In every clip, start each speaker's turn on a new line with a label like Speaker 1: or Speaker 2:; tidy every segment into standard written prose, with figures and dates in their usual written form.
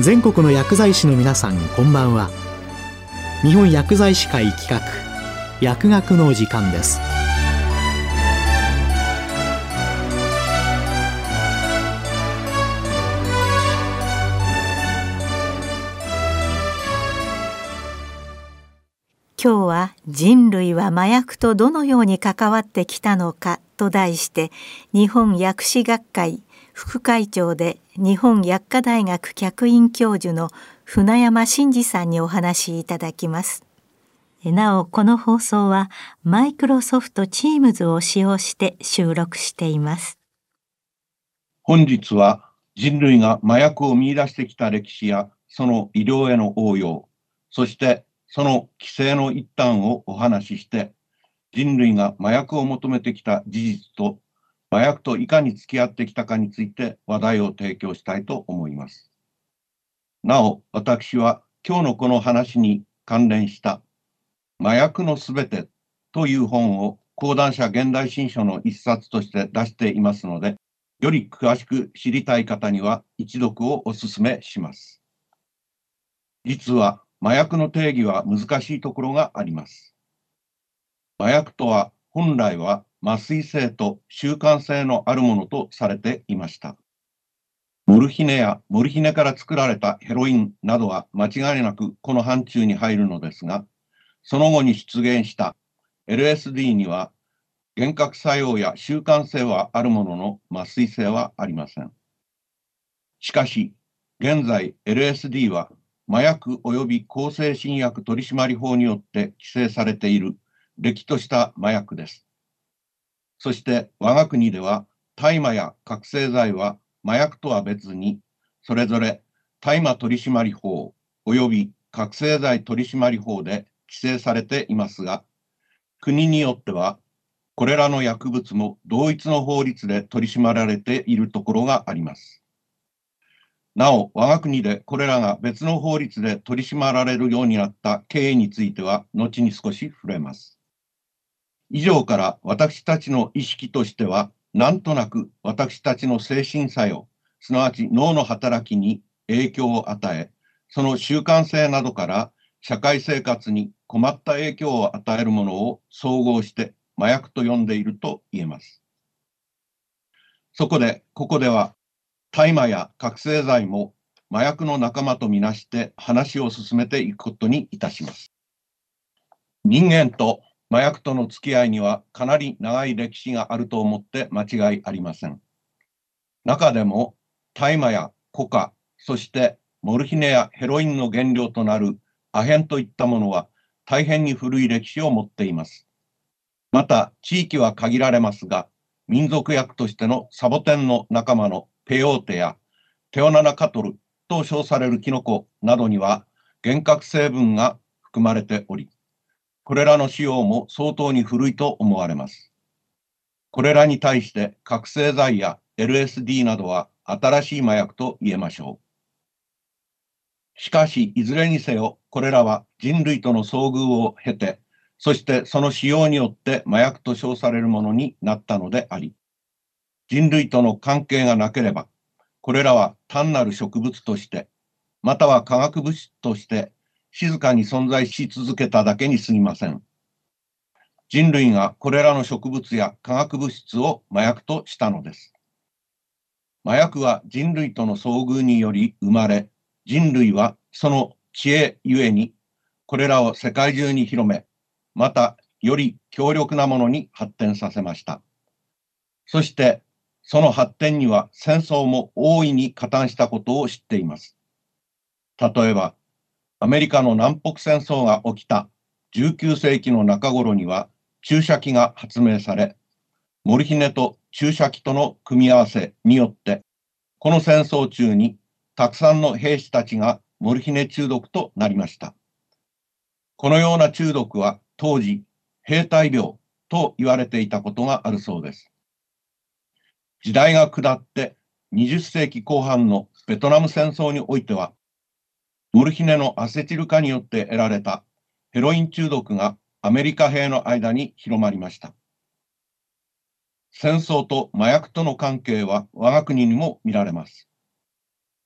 Speaker 1: 全国の薬剤師の皆さん、こんばんは。日本薬剤師会企画、薬学の時間です。
Speaker 2: 今日は人類は麻薬とどのように関わってきたのかと題して、日本薬師学会副会長で日本薬科大学客員教授の船山真嗣さんにお話しいただきます。なお、この放送はマイクロソフト Teams を使用して収録しています。
Speaker 3: 本日は人類が麻薬を見出してきた歴史やその医療への応用、そしてその規制の一端をお話しして、人類が麻薬を求めてきた事実と麻薬といかに付き合ってきたかについて話題を提供したいと思います。なお、私は今日のこの話に関連した麻薬のすべてという本を講談社現代新書の一冊として出していますので、より詳しく知りたい方には一読をお勧めします。実は麻薬の定義は難しいところがあります。麻薬とは本来は麻酔性と習慣性のあるものとされていました。モルヒネやモルヒネから作られたヘロインなどは間違いなくこの範疇に入るのですが、その後に出現した LSD には幻覚作用や習慣性はあるものの麻酔性はありません。しかし現在 LSD は麻薬及び向精神薬取締法によって規制されているれっきとした麻薬です。そして我が国では大麻や覚醒剤は麻薬とは別にそれぞれ大麻取締法及び覚醒剤取締法で規制されていますが、国によってはこれらの薬物も同一の法律で取り締まられているところがあります。なお、我が国でこれらが別の法律で取り締まられるようになった経緯については後に少し触れます。以上から私たちの意識としては、なんとなく私たちの精神作用、すなわち脳の働きに影響を与え、その習慣性などから社会生活に困った影響を与えるものを総合して麻薬と呼んでいると言えます。そこで、ここでは大麻や覚醒剤も麻薬の仲間とみなして話を進めていくことにいたします。人間と麻薬との付き合いにはかなり長い歴史があると思って間違いありません。中でも大麻やコカ、そしてモルヒネやヘロインの原料となるアヘンといったものは大変に古い歴史を持っています。また地域は限られますが、民族薬としてのサボテンの仲間のペオーテやテオナナカトルと称されるキノコなどには幻覚成分が含まれており、これらの使用も相当に古いと思われます。これらに対して覚醒剤や LSD などは新しい麻薬と言えましょう。しかしいずれにせよこれらは人類との遭遇を経て、そしてその使用によって麻薬と称されるものになったのであり、人類との関係がなければこれらは単なる植物としてまたは化学物質として静かに存在し続けただけに過ぎません。人類がこれらの植物や化学物質を麻薬としたのです。麻薬は人類との遭遇により生まれ、人類はその知恵ゆえにこれらを世界中に広め、またより強力なものに発展させました。そしてその発展には戦争も大いに加担したことを知っています。例えばアメリカの南北戦争が起きた19世紀の中頃には注射器が発明され、モルヒネと注射器との組み合わせによってこの戦争中にたくさんの兵士たちがモルヒネ中毒となりました。このような中毒は当時兵隊病と言われていたことがあるそうです。時代が下って20世紀後半のベトナム戦争においてはモルヒネのアセチル化によって得られたヘロイン中毒がアメリカ兵の間に広まりました。戦争と麻薬との関係は我が国にも見られます。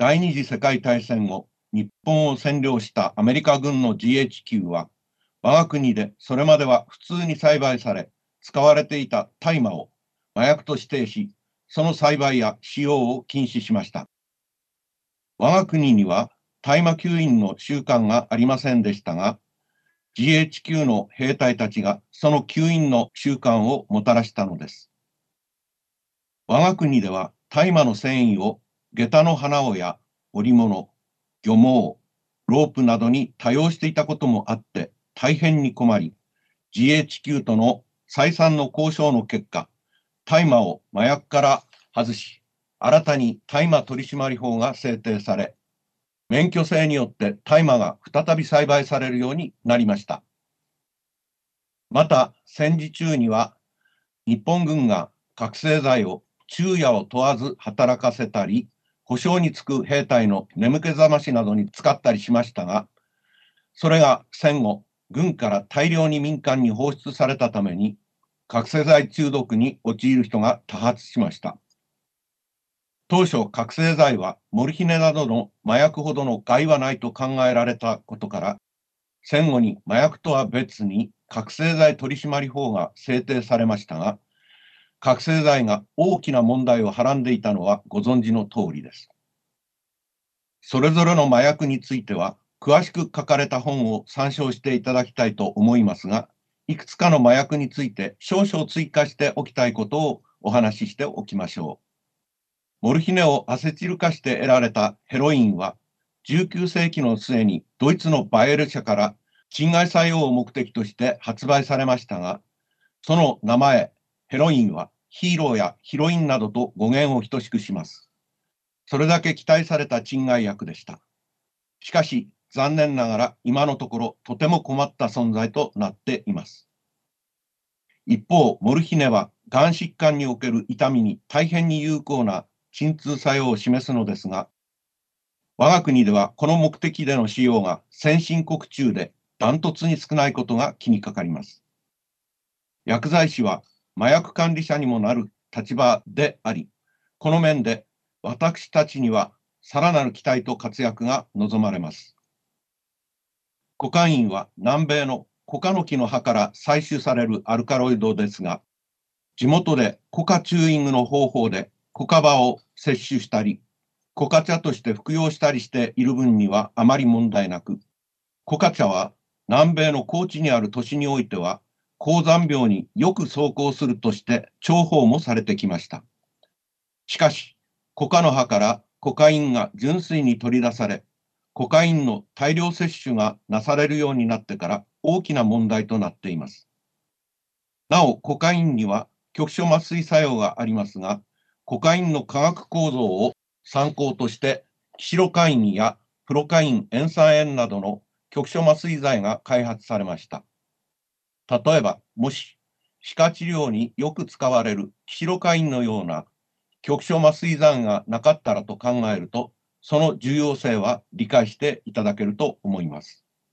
Speaker 3: 第二次世界大戦後、日本を占領したアメリカ軍の GHQ は、我が国でそれまでは普通に栽培され、使われていた大麻を麻薬と指定し、その栽培や使用を禁止しました。我が国には大麻吸引の習慣がありませんでしたが、GHQ の兵隊たちがその吸引の習慣をもたらしたのです。我が国では大麻の繊維を下駄の花緒や織物、漁網、ロープなどに多用していたこともあって大変に困り、GHQ との再三の交渉の結果、大麻を麻薬から外し、新たに大麻取締法が制定され、免許制によって大麻が再び栽培されるようになりました。また、戦時中には、日本軍が覚醒剤を昼夜を問わず働かせたり、保障につく兵隊の眠気覚ましなどに使ったりしましたが、それが戦後、軍から大量に民間に放出されたために、覚醒剤中毒に陥る人が多発しました。当初、覚醒剤はモルヒネなどの麻薬ほどの害はないと考えられたことから、戦後に麻薬とは別に覚醒剤取締法が制定されましたが、覚醒剤が大きな問題をはらんでいたのはご存知の通りです。それぞれの麻薬については、詳しく書かれた本を参照していただきたいと思いますが、いくつかの麻薬について少々追加しておきたいことをお話ししておきましょう。モルヒネをアセチル化して得られたヘロインは、19世紀の末にドイツのバイエル社から鎮害作用を目的として発売されましたが、その名前、ヘロインはヒーローやヒロインなどと語源を等しくします。それだけ期待された鎮害薬でした。しかし、残念ながら今のところとても困った存在となっています。一方、モルヒネはがん疾患における痛みに大変に有効な鎮痛作用を示すのですが、我が国ではこの目的での使用が先進国中でダントツに少ないことが気にかかります。薬剤師は麻薬管理者にもなる立場であり、この面で私たちにはさらなる期待と活躍が望まれます。コカインは南米のコカの木の葉から採取されるアルカロイドですが、地元でコカチューイングの方法でコカバを摂取したり、コカ茶として服用したりしている分にはあまり問題なく、コカ茶は南米の高地にある都市においては、高山病によく走行するとして重宝もされてきました。しかし、コカの葉からコカインが純粋に取り出され、コカインの大量摂取がなされるようになってから大きな問題となっています。なお、コカインには局所麻酔作用がありますが、コカインの化学構造を参考として、キシロカインやプロカイン塩酸塩などの局所麻酔剤が開発されました。例えば、もし歯科治療によく使われるキシロカインのような局所麻酔剤がなかったらと考えると、その重要性は理解していただけると思います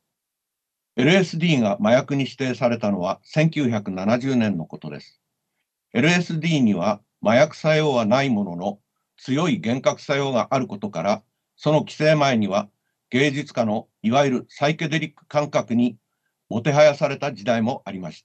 Speaker 3: 。LSD が麻薬に指定されたのは1970年のことです。LSD には麻薬作用はないものの、強い幻覚作用があることから、その規制前には芸術家のいわゆるサイケデリック感覚にもてはやされた時代もありました。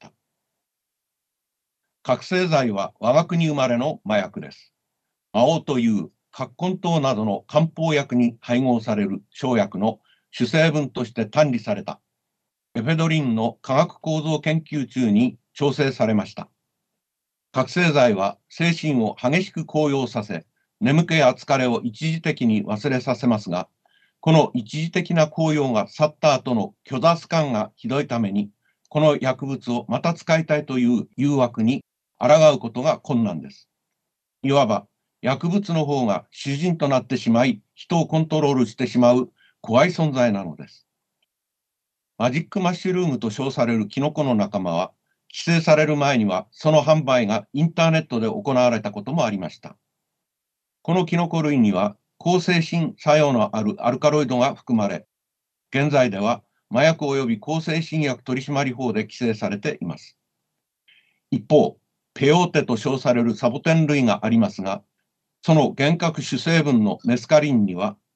Speaker 3: 覚醒剤は我が国生まれの麻薬です。麻黄という葛根湯などの漢方薬に配合される生薬の主成分として単理されたエフェドリンの化学構造研究中に調整されました。覚醒剤は精神を激しく高揚させ、眠気や疲れを一時的に忘れさせますが、この一時的な高揚が去った後の虚脱感がひどいために、この薬物をまた使いたいという誘惑に抗うことが困難です。いわば薬物の方が主人となってしまい、人をコントロールしてしまう怖い存在なのです。マジックマッシュルームと称されるキノコの仲間は、規制される前にはその販売がインターネットで行われたこともありました。このキノコ類には向精神作用のあるアルカロイドが含まれ、現在では麻薬及び向精神薬取締法で規制されています。一方、ペオーテと称されるサボテン類がありますが、その幻覚主成分のメスカリンには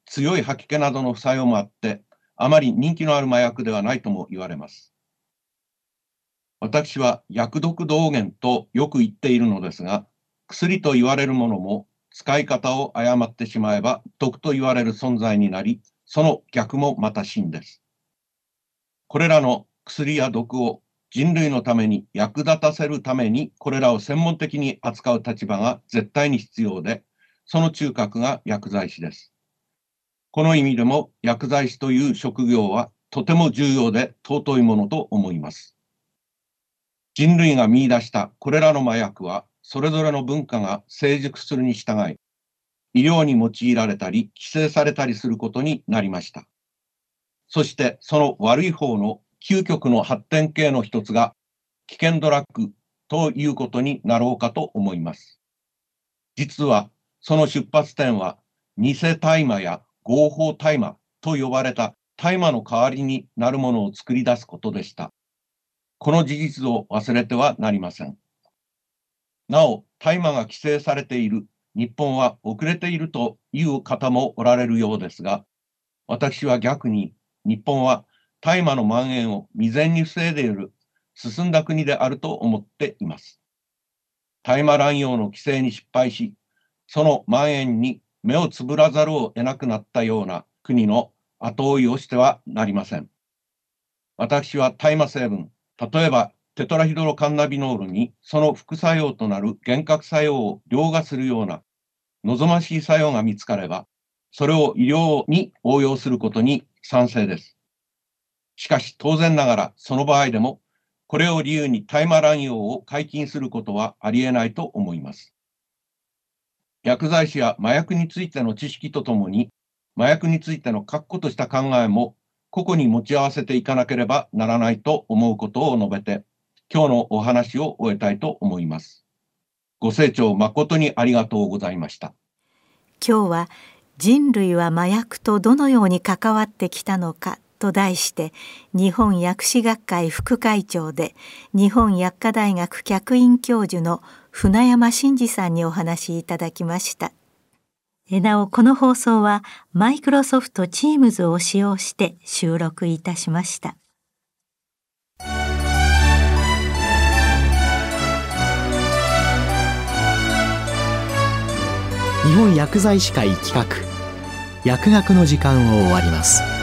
Speaker 3: 強い吐き気などの副作用もあって、あまり人気のある麻薬ではないとも言われます。私は薬毒同源とよく言っているのですが、薬と言われるものも使い方を誤ってしまえば毒と言われる存在になり、その逆もまた真です。これらの薬や毒を人類のために役立たせるために、これらを専門的に扱う立場が絶対に必要で、その中核が薬剤師です。この意味でも薬剤師という職業はとても重要で尊いものと思います。人類が見出したこれらの麻薬は、それぞれの文化が成熟するに従い、医療に用いられたり規制されたりすることになりました。そしてその悪い方の究極の発展系の一つが危険ドラッグということになろうかと思います。実はその出発点は偽大麻や合法大麻と呼ばれた大麻の代わりになるものを作り出すことでした。この事実を忘れてはなりません。なお、大麻が規制されている日本は遅れているという方もおられるようですが、私は逆に日本は大麻の蔓延を未然に防いでいる進んだ国であると思っています。大麻乱用の規制に失敗し、その蔓延に目をつぶらざるを得なくなったような国の後追いをしてはなりません。私は大麻成分、例えばテトラヒドロカンナビノールにその副作用となる幻覚作用を凌駕するような望ましい作用が見つかれば、それを医療に応用することに賛成です。しかし当然ながらその場合でも、これを理由に大麻乱用を解禁することはありえないと思います。薬剤師や麻薬についての知識とともに、麻薬についての確固とした考えも個々に持ち合わせていかなければならないと思うことを述べて、今日のお話を終えたいと思います。ご清聴誠にありがとうございました。
Speaker 2: 今日は人類は麻薬とどのように関わってきたのかと題して、日本薬師学会副会長で日本薬科大学客員教授の船山真嗣さんにお話しいただきました。なおこの放送はマイクロソフト Teams を使用して収録いたしました。
Speaker 1: 日本薬剤師会企画薬学の時間を終わります。